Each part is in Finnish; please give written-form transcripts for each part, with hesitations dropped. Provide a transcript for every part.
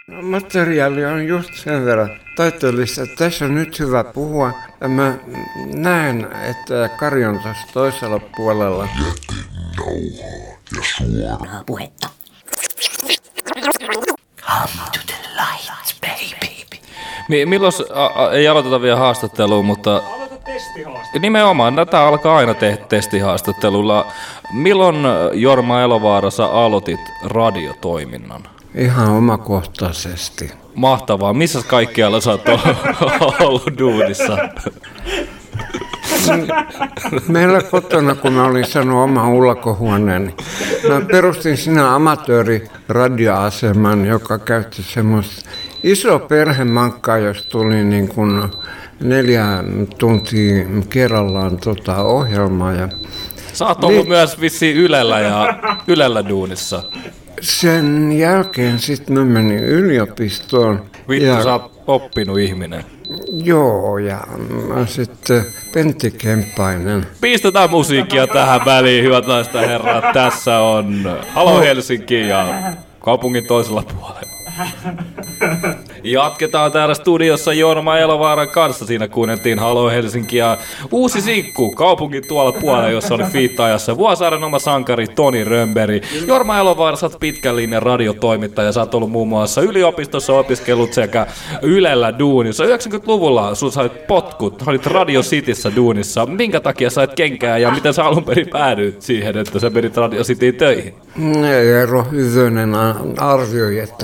Materiaali on just sen verran taiteellista. Tässä on nyt hyvä puhua. Mä näen, että Kari on tuossa toisella puolella. Jätin nauhaa ja suoraa puhetta. Come to the light, baby. Milloin ei aloiteta vielä haastattelua, mutta... Aloita testihaastattelu. Nimenomaan, tätä alkaa aina testihaastattelulla. Milloin, Jorma Elovaara, sä aloitit radiotoiminnan? Ihan omakohtaisesti. Mahtavaa. Missä kaikkialla sä oot ollut duunissa? Meillä kotona, kun mä olin saanut oman ulkohuoneen, mä perustin siinä amatööriradioaseman, joka käytti semmoista iso perhemankkaa, jos tuli niin kuin 4 tuntia kerrallaan ohjelmaa. Ja sä oot ollut myös vissiin Ylellä duunissa. Sen jälkeen sitten mä menin yliopistoon. Vittu, sä oot oppinut ihminen. Joo, ja mä sitten Pentti Kemppainen. Pistetään musiikkia tähän väliin, hyvät naiset ja herrat. Tässä on Halo Helsinki ja kaupungin toisella puolella. Jatketaan täällä studiossa Jorma Elovaaran kanssa. Siinä kuunneltiin Halo Helsinki ja uusi sinkku kaupungin tuolla puolella, jossa oli fiittaajassa Vuosaaren oma sankari Toni Rönnberg. Jorma Elovaara, sä oot pitkän linjan radiotoimittaja. Sä oot ollut muun muassa yliopistossa opiskellut sekä Ylellä duunissa. 90-luvulla sun sait potkut, olit Radio Cityssä duunissa. Minkä takia sait kenkää ja miten sä alun perin päädyit siihen, että sä menit Radio Cityin töihin? Eero Hyvönen arvioi, että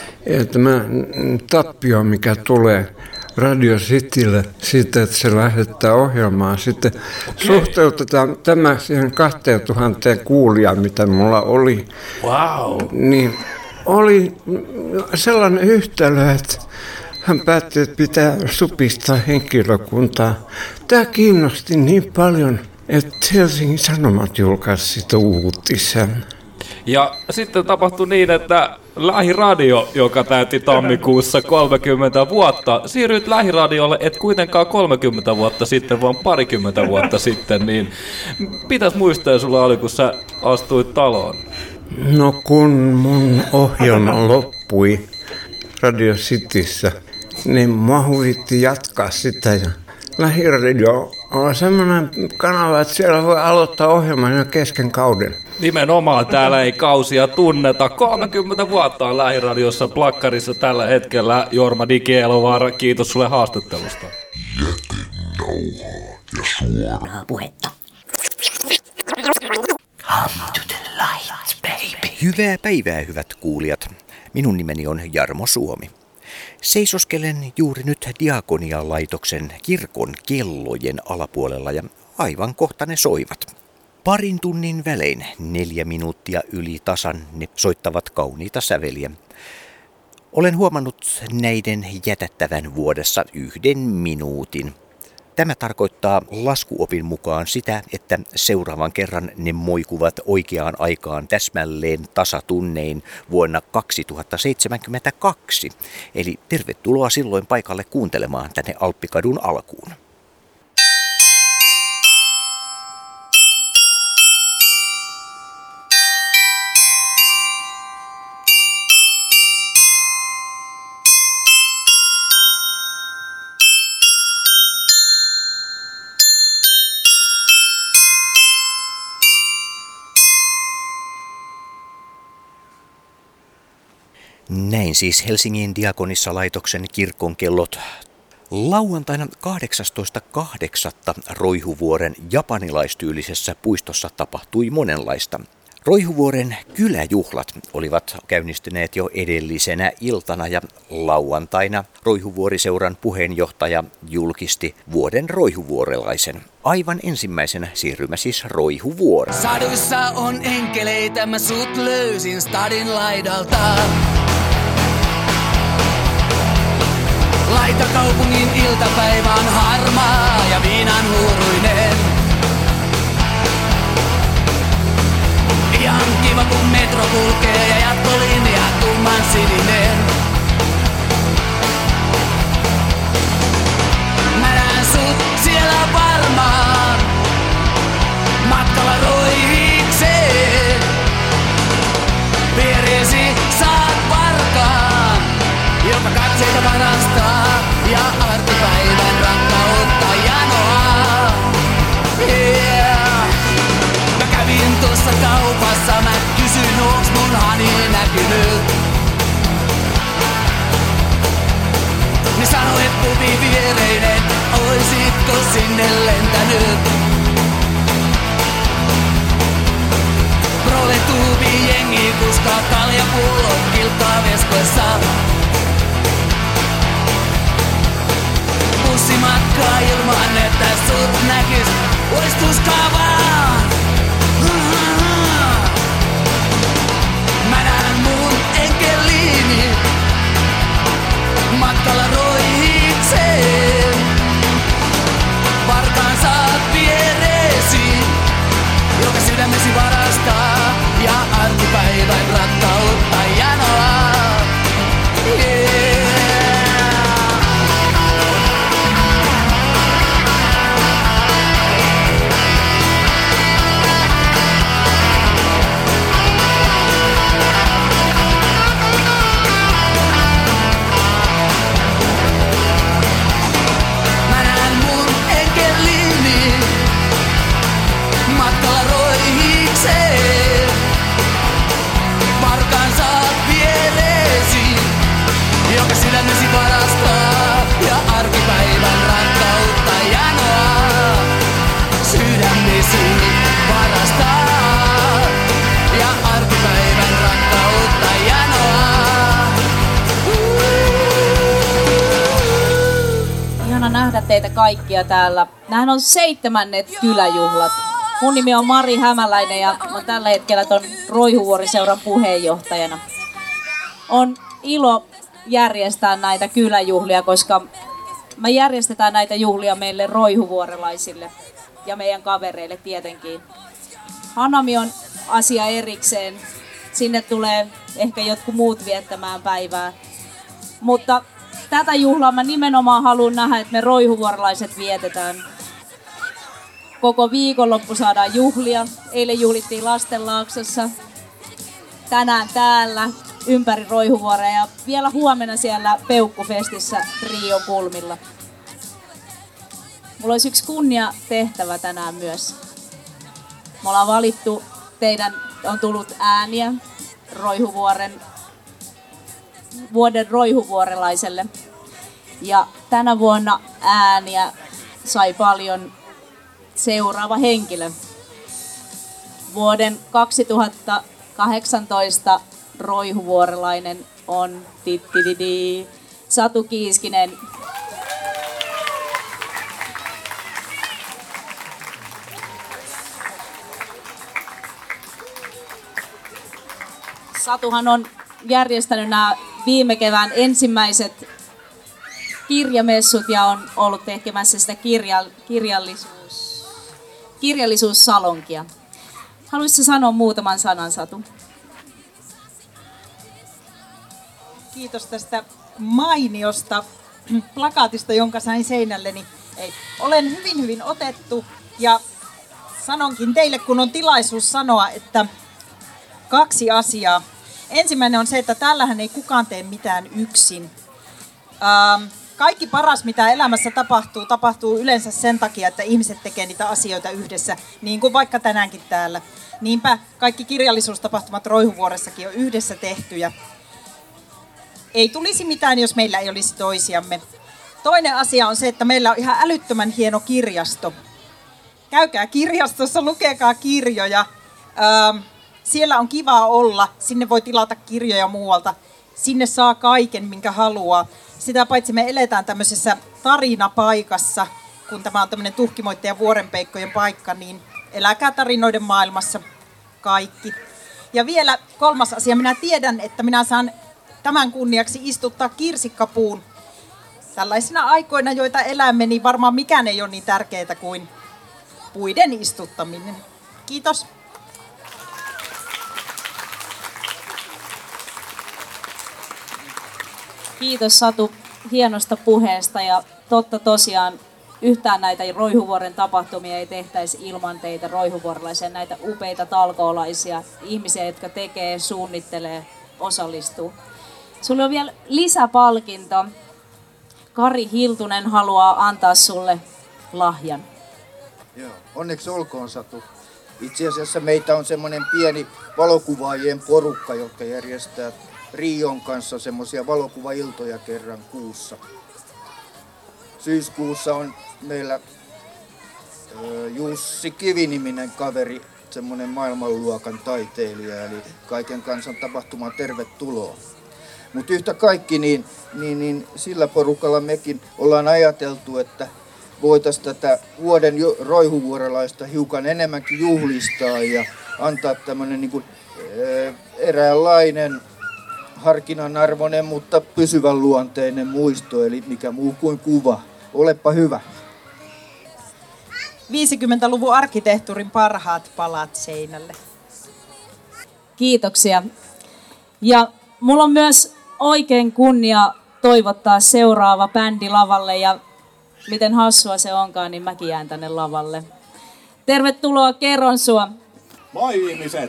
tappio, mikä tulee Radio Citylle siitä, että se lähettää ohjelmaa, sitten suhteutetaan tämä siihen 2000 kuulijaan, mitä mulla oli. Wow. Niin oli sellainen yhtälö, että hän päätti, että pitää supistaa henkilökuntaa. Tämä kiinnosti niin paljon, että Helsingin Sanomat julkaisi sitä uutisen. Ja sitten tapahtui niin, että Lähiradio, joka täytti tammikuussa 30 vuotta, siirryit Lähiradiolle, et kuitenkaan 30 vuotta sitten, vaan parikymmentä vuotta sitten, niin pitäis muistaa sulla oli, kun sä astuit taloon? No kun mun ohjelma loppui Radio Cityssä, niin mä huvitti jatkaa sitä. Ja Lähiradio on semmoinen kanava, että siellä voi aloittaa ohjelman jo kesken kauden. Nimenomaan, täällä ei kausia tunneta. 30 vuotta on Lähiradiossa plakkarissa tällä hetkellä. Jorma Digi Elovaara, kiitos sulle haastattelusta. jätin nauhaa ja suoraa puhetta. Come to the light, baby. Hyvää päivää, hyvät kuulijat. Minun nimeni on Jarmo Suomi. Seisoskelen juuri nyt Diakonialaitoksen kirkon kellojen alapuolella ja aivan kohta ne soivat. Parin tunnin välein 4 minuuttia yli tasan ne soittavat kauniita säveliä. Olen huomannut näiden jätättävän vuodessa 1 minuutin. Tämä tarkoittaa laskuopin mukaan sitä, että seuraavan kerran ne moikuvat oikeaan aikaan täsmälleen tasatunnein vuonna 2072. Eli tervetuloa silloin paikalle kuuntelemaan tänne Alppikadun alkuun. Näin siis Helsingin Diakonissalaitoksen kirkon kellot. Lauantaina 18.8. Roihuvuoren japanilaistyylisessä puistossa tapahtui monenlaista. Roihuvuoren kyläjuhlat olivat käynnistyneet jo edellisenä iltana ja lauantaina Roihuvuoriseuran puheenjohtaja julkisti vuoden roihuvuorelaisen. Aivan ensimmäisenä siirrymä siis Roihuvuoreen. Saduissa on enkeleitä, mä sut löysin stadin laidalta. Laita kaupungin iltapäivä on harmaa ja viinan huuruinen. Ihan kiva kun metro kulkee ja jatkolinja tumman sininen. Mä näen sut siellä varmaan matkalla Roihikseen. Vieresi saat varkaan katseita varastaa ja arkipäivän rakkautta janoaa. Yeah. Mä kävin tuossa kaupassa, mä kysyin onks mun hani näkynyt. Ne sanoi, et pubi viereinen, oisitko sinne lentänyt? Proletuubi jengi kuskaa kaljapullot kiltaa veskoissa. Bussimatkaa ilman, että sut näkis, ois tuskaa vaan. Mä näen mun enkeliini matkalla roihikseen. Varkaan saat viereesi, joka sydämesi varastaa ja arkipäivän rakkautta janoaa. Yeah. Mä näen mun enkeliini matkalla roihikseen. Varkaan saat viereesi, joka sydämesi varastaa ja arkipäivän rakkautta janoaa. Sydämesi varastaa ja arkipäivän rakkautta janoaa. Ihana nähdä teitä kaikkia täällä. Nämähän on 7. kyläjuhlat. Mun nimi on Mari Hämäläinen ja olen tällä hetkellä ton Roihuvuoriseuran puheenjohtajana. On ilo järjestää näitä kyläjuhlia, koska me järjestetään näitä juhlia meille roihuvuorelaisille ja meidän kavereille tietenkin. Hanami on asia erikseen. Sinne tulee ehkä jotkut muut viettämään päivää. Mutta tätä juhlaa mä nimenomaan haluan nähdä, että me roihuvuorelaiset vietetään. Koko viikonloppu saadaan juhlia. Eilen juhlittiin Lastenlaaksossa. Tänään täällä ympäri Roihuvuorea ja vielä huomenna siellä Peukkufestissä Rion kulmilla. Mulla olisi yksi kunnia tehtävä tänään myös. Me ollaan valittu, on tullut ääniä vuoden roihuvuorelaiselle. Ja tänä vuonna ääniä sai paljon seuraava henkilö. Vuoden 2018 roihuvuorelainen on Satu Kiiskinen. Satuhan on järjestänyt nämä viime kevään ensimmäiset kirjamessut ja on ollut tekemässä sitä kirjallisuussalonkia. Haluaisitko sanoa muutaman sanan, Satu? Kiitos tästä mainiosta plakaatista, jonka sain seinälleni. Olen hyvin otettu ja sanonkin teille, kun on tilaisuus sanoa, että 2 asiaa. Ensimmäinen on se, että täällähän ei kukaan tee mitään yksin. Kaikki paras, mitä elämässä tapahtuu yleensä sen takia, että ihmiset tekee niitä asioita yhdessä, niin kuin vaikka tänäänkin täällä. Niinpä kaikki kirjallisuustapahtumat Roihuvuoressakin on yhdessä tehtyjä. Ei tulisi mitään, jos meillä ei olisi toisiamme. Toinen asia on se, että meillä on ihan älyttömän hieno kirjasto. Käykää kirjastossa, lukekaa kirjoja. Siellä on kivaa olla. Sinne voi tilata kirjoja muualta. Sinne saa kaiken, minkä haluaa. Sitä paitsi me eletään tämmöisessä tarinapaikassa, kun tämä on tämmöinen Tuhkimoitten ja Vuorenpeikkojen paikka, niin eläkää tarinoiden maailmassa kaikki. Ja vielä 3. asia. Minä tiedän, että minä saan tämän kunniaksi istuttaa kirsikkapuun. Tällaisina aikoina, joita elämme, niin varmaan mikään ei ole niin tärkeää kuin puiden istuttaminen. Kiitos. Kiitos Satu hienosta puheesta ja totta tosiaan yhtään näitä Roihuvuoren tapahtumia ei tehtäisi ilman teitä roihuvuorelaisia, näitä upeita talkoolaisia ihmisiä, jotka tekee, suunnittelee, osallistuu. Sulla on vielä lisäpalkinto. Kari Hiltunen haluaa antaa sulle lahjan. Joo, onneksi olkoon Satu. Itse asiassa meitä on semmoinen pieni valokuvaajien porukka, jotka järjestää Rion kanssa semmoisia valokuvailtoja kerran kuussa. Syyskuussa on meillä Jussi Kivi-niminen kaveri, semmoinen maailmanluokan taiteilija, eli kaiken kansan tapahtumaan tervetuloa. Mutta yhtä kaikki, niin sillä porukalla mekin ollaan ajateltu, että voitaisiin tätä vuoden roihuvuorelaista hiukan enemmänkin juhlistaa ja antaa tämmöinen niin kuin eräänlainen harkinnanarvoinen, mutta pysyvän luonteinen muisto, eli mikä muu kuin kuva. Olepa hyvä. 50-luvun arkkitehtuurin parhaat palat seinälle. Kiitoksia. Ja mulla on myös oikein kunnia toivottaa seuraava bändi lavalle ja miten hassua se onkaan, niin mäkin jään tänne lavalle. Tervetuloa Keronsua. Moi ihmiset!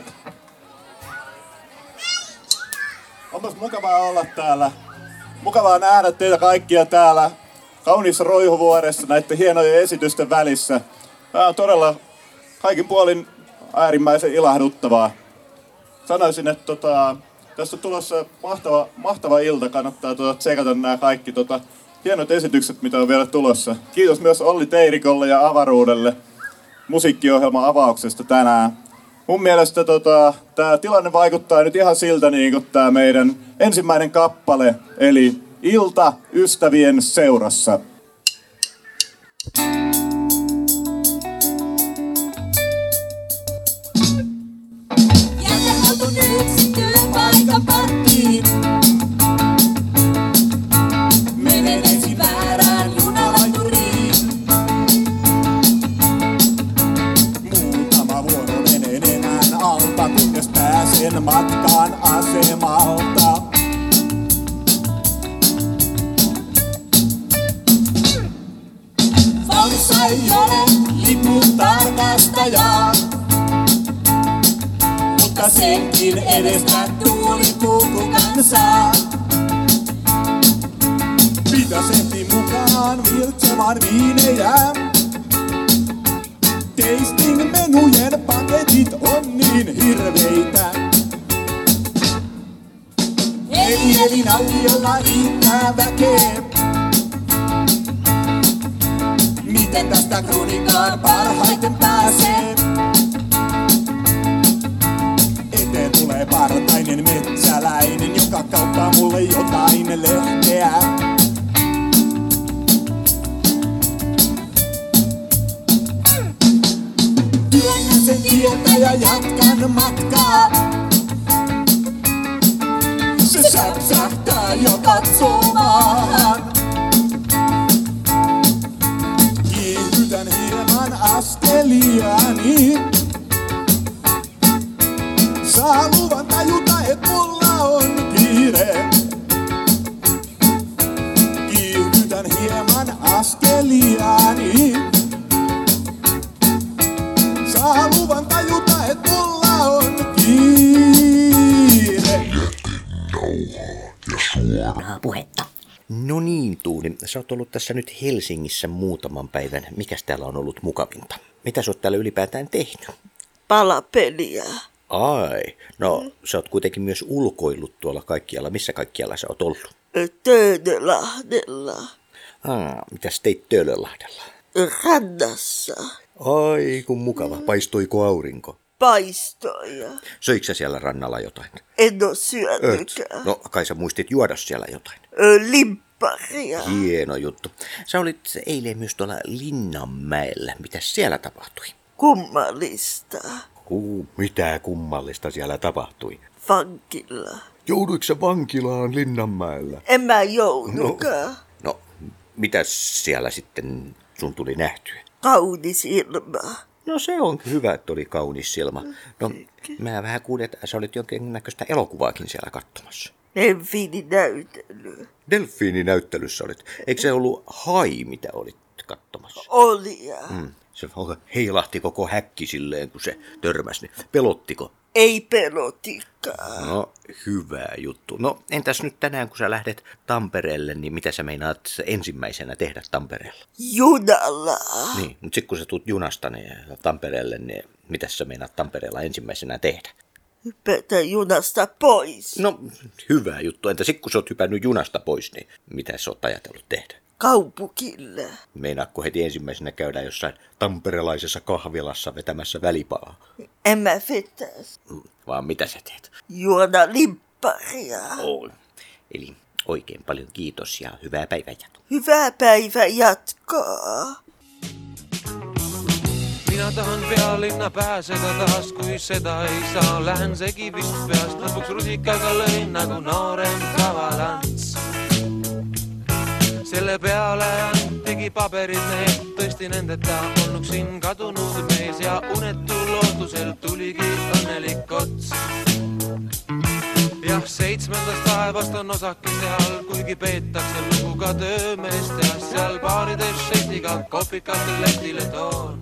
Onpas mukavaa olla täällä. Mukavaa nähdä teitä kaikkia täällä kauniissa Roihuvuoressa näiden hienojen esitysten välissä. Tämä on todella kaikin puolin äärimmäisen ilahduttavaa. Sanoisin, että tässä on tulossa mahtava ilta. Kannattaa tsekata nämä kaikki hienot esitykset, mitä on vielä tulossa. Kiitos myös Olli Teirikolle ja Avaruudelle musiikkiohjelman avauksesta tänään. Mun mielestä tämä tilanne vaikuttaa nyt ihan siltä, niin kuin tämä meidän ensimmäinen kappale, eli Ilta ystävien seurassa. Jäteauton yksityön paikan parkkiin. Menen ensin väärään junalaituriin. Muutama vuoro menen enää alta, kunnes pääsen matkaan asemalta. Vaunussa ei ole lipun tarkastajaa, mutta senkin edestä tuulipuku kansaa. Pitäsetti mukaan virtsemaan viinejä. Tasting-menujen paketit on niin hirveitä. Eli nautiolla riittää väkeä. Miten tästä kroonikaan parhaiten pääsee? Eteen tulee partainen metsäläinen, joka kauppaa mulle jotain lehteä. Työnnän sen tietä ja jatkan matkaa. Se säpsähtää ja katsoo maahan. Kiihdytän hieman askeliani. Saa luvan tajuta, et mulla on kiire. Kiihdytän hieman askeliani. Saa luvan tajuta, et mulla on kiire. Nauhaa ja suoraa puhetta. No niin, Tuuli, sä oot ollut tässä nyt Helsingissä muutaman päivän. Mikäs täällä on ollut mukavinta? Mitä sä oot täällä ylipäätään tehnyt? Palapeliä. Ai, no sä oot kuitenkin myös ulkoillut tuolla kaikkialla. Missä kaikkialla sä oot ollut? Töölölahdella. Mitäs teit Töölölahdella? Rannassa. Ai, kun mukava. Paistoiko aurinko? Paistoja. Söikö sä siellä rannalla jotain? En oo syönytkään. No, kai sä muistit juoda siellä jotain. Limpparia. Hieno juttu. Sä olit eilen myös tuolla Linnanmäellä. Mitäs siellä tapahtui? Kummallista. Mitä kummallista siellä tapahtui? Vankila. Jouduiko sä vankilaan Linnanmäellä? En mä joudukaan. No, mitäs siellä sitten sun tuli nähtyä? Kaunis ilma. No se on hyvä, että oli kaunis silma. No, mä vähän kuulin, että sä olit jonkinnäköistä elokuvaakin siellä katsomassa. Delfiininäyttely. Delfiininäyttelyssä olit. Eikö se ollut Hai, mitä olit katsomassa? Oli. Se heilahti koko häkki silleen, kun se törmäsi. Niin pelottiko? Ei pelotikaan. No, hyvä juttu. No, entäs nyt tänään, kun sä lähdet Tampereelle, niin mitä sä meinaat ensimmäisenä tehdä Tampereella? Junalla. Niin, mutta sitten kun sä tulet junasta niin Tampereelle, niin mitä sä meinaat Tampereella ensimmäisenä tehdä? Hypätä junasta pois. No, hyvä juttu. Entä sitten kun sä oot hypännyt junasta pois, niin mitä sä oot ajatellut tehdä? Kaupungilla. Meinaatko heti ensimmäisenä käydä jossain tamperelaisessa kahvilassa vetämässä välipalaa? En mä vetäis. Vaan mitä sä teet? Juoda limpparia. Eli oikein paljon kiitos ja hyvää päivänjatkoa. Hyvää päivänjatkoa. Minä tahan pealinna pääseda taas, kui seda ei saa. Lähen segi vist peast, lõpuks rusikaga lõin nagu noorem kavalants. Selle peale tegi paberid need, tõesti nendeta olnuks siin kadunud mees ja unetu lootusel tuligi õnnelik ots. Jah, 7. taevast on osake seal, kuigi peetakse lugu ka töömeest ja seal baarides šestiga kopikate lehtile toon.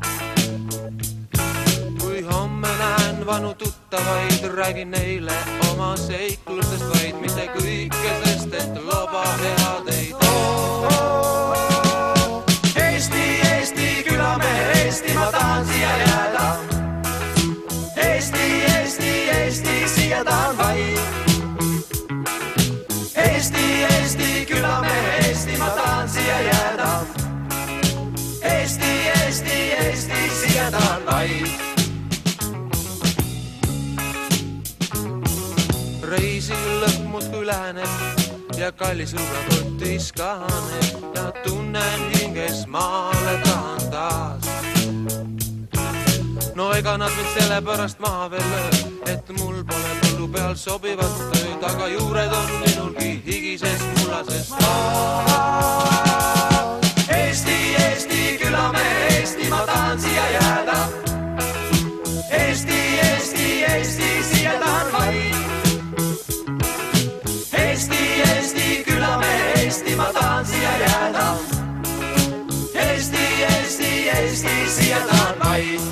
Kui homme näen vanu tuttavaid, räägin neile oma seiklustest vaid mitte kõike, sest et loba head ei too. Eesti, Eesti, külamehe Eesti, ma tahan siia jääda. Eesti, Eesti, Eesti, siia tahan vaid. Eesti, Eesti, külamehe Eesti, ma tahan siia jääda. Eesti, Eesti, Eesti, siia tahan vaid. Reisil lõpp muudkui läheneb ja kallis ruumekotis kahaneb ja tunnen hinges maale tahan taas. No ega nad mind sellepärast maha veel löö, et mul pole põllu peal sobivat tööd, aga juured on minulgi higises mullases maal. Eesti, Eesti, külamehe Eesti, ma tahan siia jääda. Eesti, Eesti, Eesti, siia tahan vaid. Eesti, Eesti, külamehe Eesti, ma tahan siia jääda. Eesti, Eesti, Eesti, siia tahan vaid.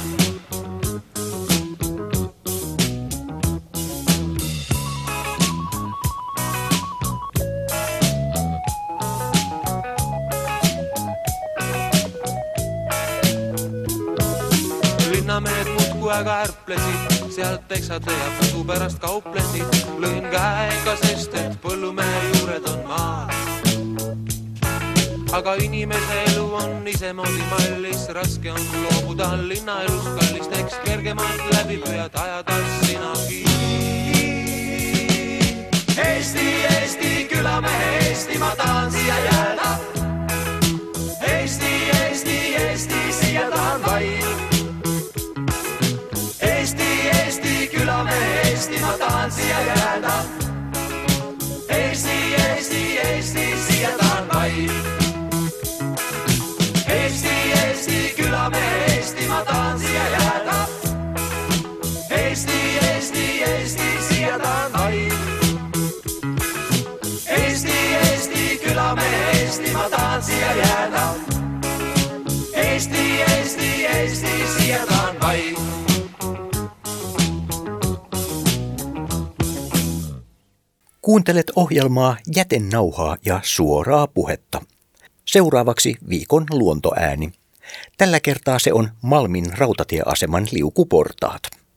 Linnamehed muudkui aga ärplesid, sealt teksade ja pudu pärast kauplesid. Lõin käega, sest et põllumehe juured on maal. Aga inimese elu on isemoodi mallis, raske on loobuda linnaelust kallist, eks kergemalt läbi püüad ajada sinagi. Eesti, Eesti, külamehe Eesti, ma tahan siia jääda. Eesti, Eesti, Eesti, siia tahan vaid. Eesti, Eesti, külamehe Eesti, ma tahan siia jääda. Eesti, Eesti, Eesti, siia tahan vaid. Eesti, Eesti, külamehe Eesti, ma tahan siia jääda. Eesti, Eesti, Eesti, siia tahan vaid. Eesti, Eesti, külamehe Eesti, ma tahan siia jääda. Eesti, Eesti, Eesti, siia tahan vaid. Kuuntelet ohjelmaa Jätenauhaa ja suoraa puhetta. Seuraavaksi viikon luontoääni. Tällä kertaa se on Malmin rautatieaseman liukuportaat.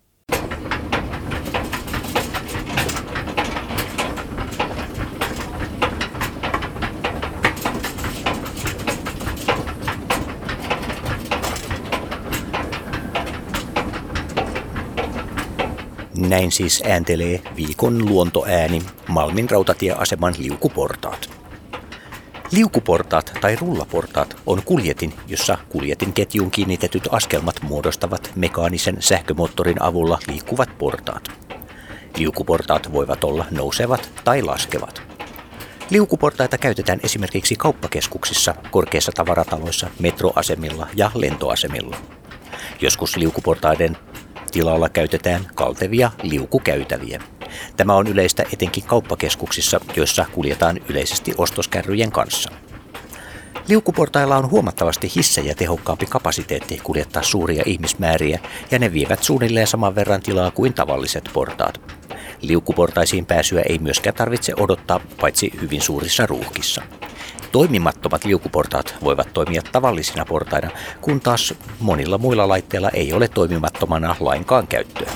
Näin siis ääntelee viikon luontoääni Malmin rautatieaseman liukuportaat. Liukuportaat tai rullaportaat on kuljetin, jossa kuljetinketjuun kiinnitetyt askelmat muodostavat mekaanisen sähkömoottorin avulla liikkuvat portaat. Liukuportaat voivat olla nousevat tai laskevat. Liukuportaita käytetään esimerkiksi kauppakeskuksissa, korkeissa tavarataloissa, metroasemilla ja lentoasemilla. Joskus liukuportaiden tilalla käytetään kaltevia liukukäytäviä. Tämä on yleistä etenkin kauppakeskuksissa, joissa kuljetaan yleisesti ostoskärryjen kanssa. Liukuportailla on huomattavasti hissejä tehokkaampi kapasiteetti kuljettaa suuria ihmismääriä ja ne vievät suunnilleen saman verran tilaa kuin tavalliset portaat. Liukuportaisiin pääsyä ei myöskään tarvitse odottaa paitsi hyvin suurissa ruuhkissa. Toimimattomat liukuportaat voivat toimia tavallisina portaina, kun taas monilla muilla laitteilla ei ole toimimattomana lainkaan käyttöä.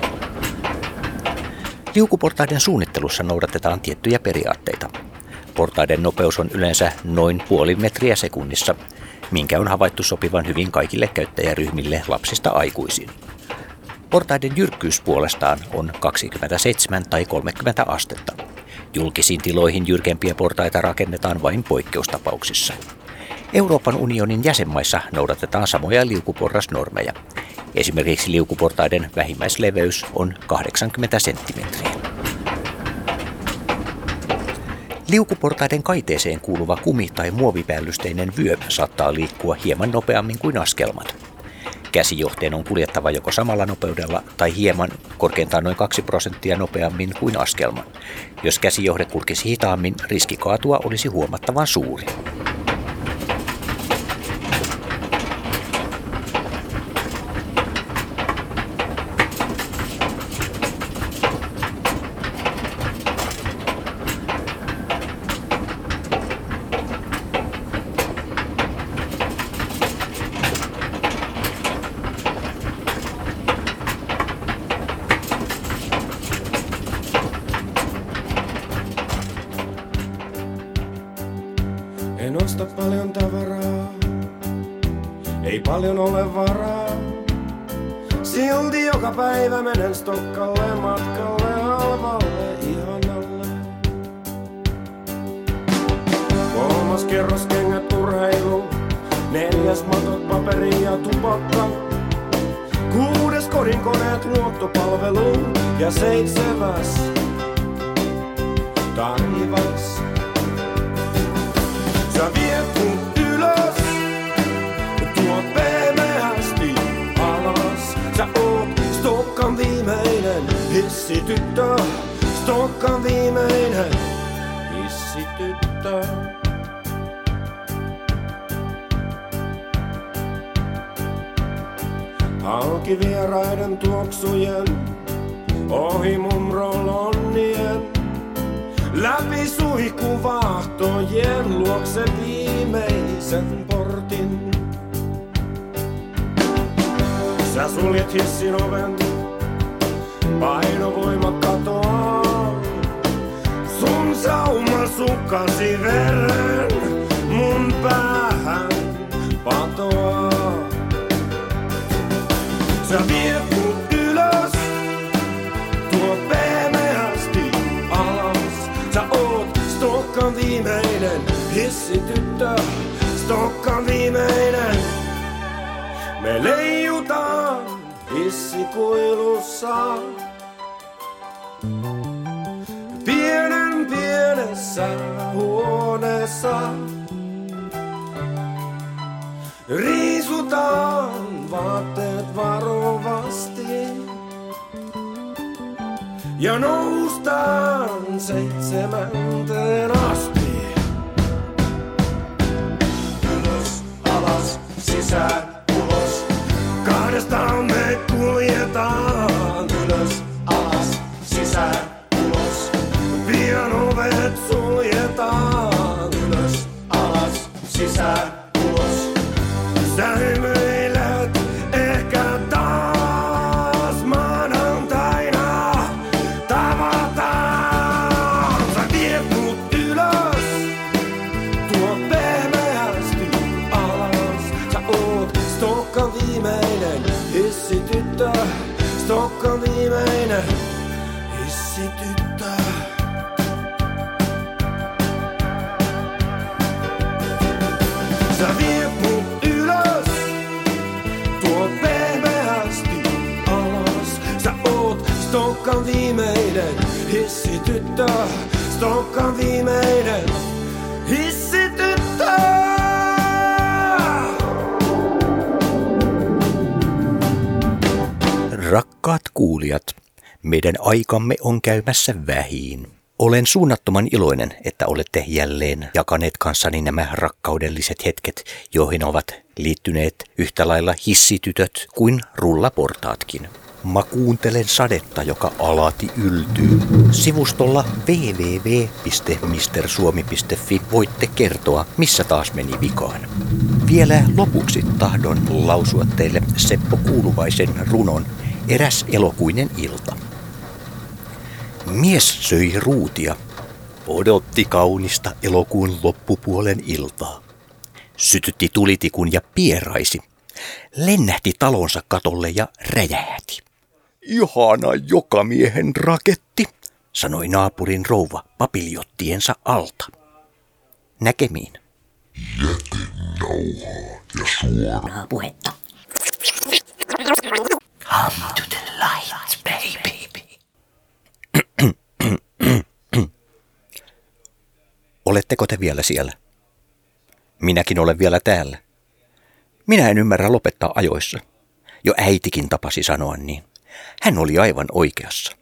Liukuportaiden suunnittelussa noudatetaan tiettyjä periaatteita. Portaiden nopeus on yleensä noin 0,5 metriä sekunnissa, minkä on havaittu sopivan hyvin kaikille käyttäjäryhmille lapsista aikuisiin. Portaiden jyrkkyys puolestaan on 27 tai 30 astetta. Julkisiin tiloihin jyrkempiä portaita rakennetaan vain poikkeustapauksissa. Euroopan unionin jäsenmaissa noudatetaan samoja liukuporrasnormeja. Esimerkiksi liukuportaiden vähimmäisleveys on 80 senttimetriä. Liukuportaiden kaiteeseen kuuluva kumi- tai muovipäällysteinen vyö saattaa liikkua hieman nopeammin kuin askelmat. Käsijohteen on kuljettava joko samalla nopeudella tai hieman, korkeintaan noin 2% nopeammin kuin askelman. Jos käsijohde kulkisi hitaammin, riski kaatua olisi huomattavan suuri. En osta paljon tavaraa, ei paljon ole varaa. Silti joka päivä menen Stokkalle matkalle halvalle ihanalle. 3. kerros kengät urheilu, 4. matot paperi ja tupakka. 6. kodinkoneet luottopalvelu ja 7. taivas. Sä viet mut ylös, tuot pehmeästi alas. Sä oot Stokkan viimeinen hissityttö, Stokkan viimeinen hissityttö. Halki vieraiden tuoksujen, ohi mumrolonnien. Läpi suihkuvahtojen luokse viimeisen portin. Sä suljet hissin oven, painovoima katoaa. Sun sauma sukkasi veren mun päähän patoaa. Sä viet mut ylös, tuot pehmeästi alas. Sä oot Stokkan viimeinen hissityttö, Stokkan viimeinen. Me leijutaan hissikuilussa, pienessä huoneessa. Riisutaan vaatteet varovasti ja noustaan 7. asti. Ylös, alas, sisään, ulos. Kahdestaan me kuljetaan. Ylös, alas, sisään, ulos. Pian ovet suljetaan. Ylös, alas, sisään, ulos. Sä hymyilet ehkä taas maanantaina. Tavataan. Sä viet mut ylös, tuot pehmeästi alas. Sä oot Stokkan viimeinen hissityttö, Stokkan viimeinen hissityttö. Sä viet mut ylös, tuot pehmeästi alas. Sä oot Stokkan viimeinen hissityttö, Stokkan viimeinen hissityttö. Rakkaat kuulijat, meidän aikamme on käymässä vähiin. Olen suunnattoman iloinen, että olette jälleen jakaneet kanssani nämä rakkaudelliset hetket, joihin ovat liittyneet yhtä lailla hissitytöt kuin rullaportaatkin. Mä kuuntelen sadetta, joka alati yltyy. Sivustolla www.mrsuomi.fi voitte kertoa, missä taas meni vikaan. Vielä lopuksi tahdon lausua teille Seppo Kuuluvaisen runon Eräs elokuinen ilta. Mies söi ruutia, odotti kaunista elokuun loppupuolen iltaa. Sytytti tulitikun ja pieraisi. Lennähti talonsa katolle ja räjähti. Ihana jokamiehen raketti, sanoi naapurin rouva papiljottiensa alta. Näkemiin. Jätenauhaa ja suoraa puhetta. Come to the lights, baby. Oletteko te vielä siellä? Minäkin olen vielä täällä. Minä en ymmärrä lopettaa ajoissa. Jo äitikin tapasi sanoa niin. Hän oli aivan oikeassa.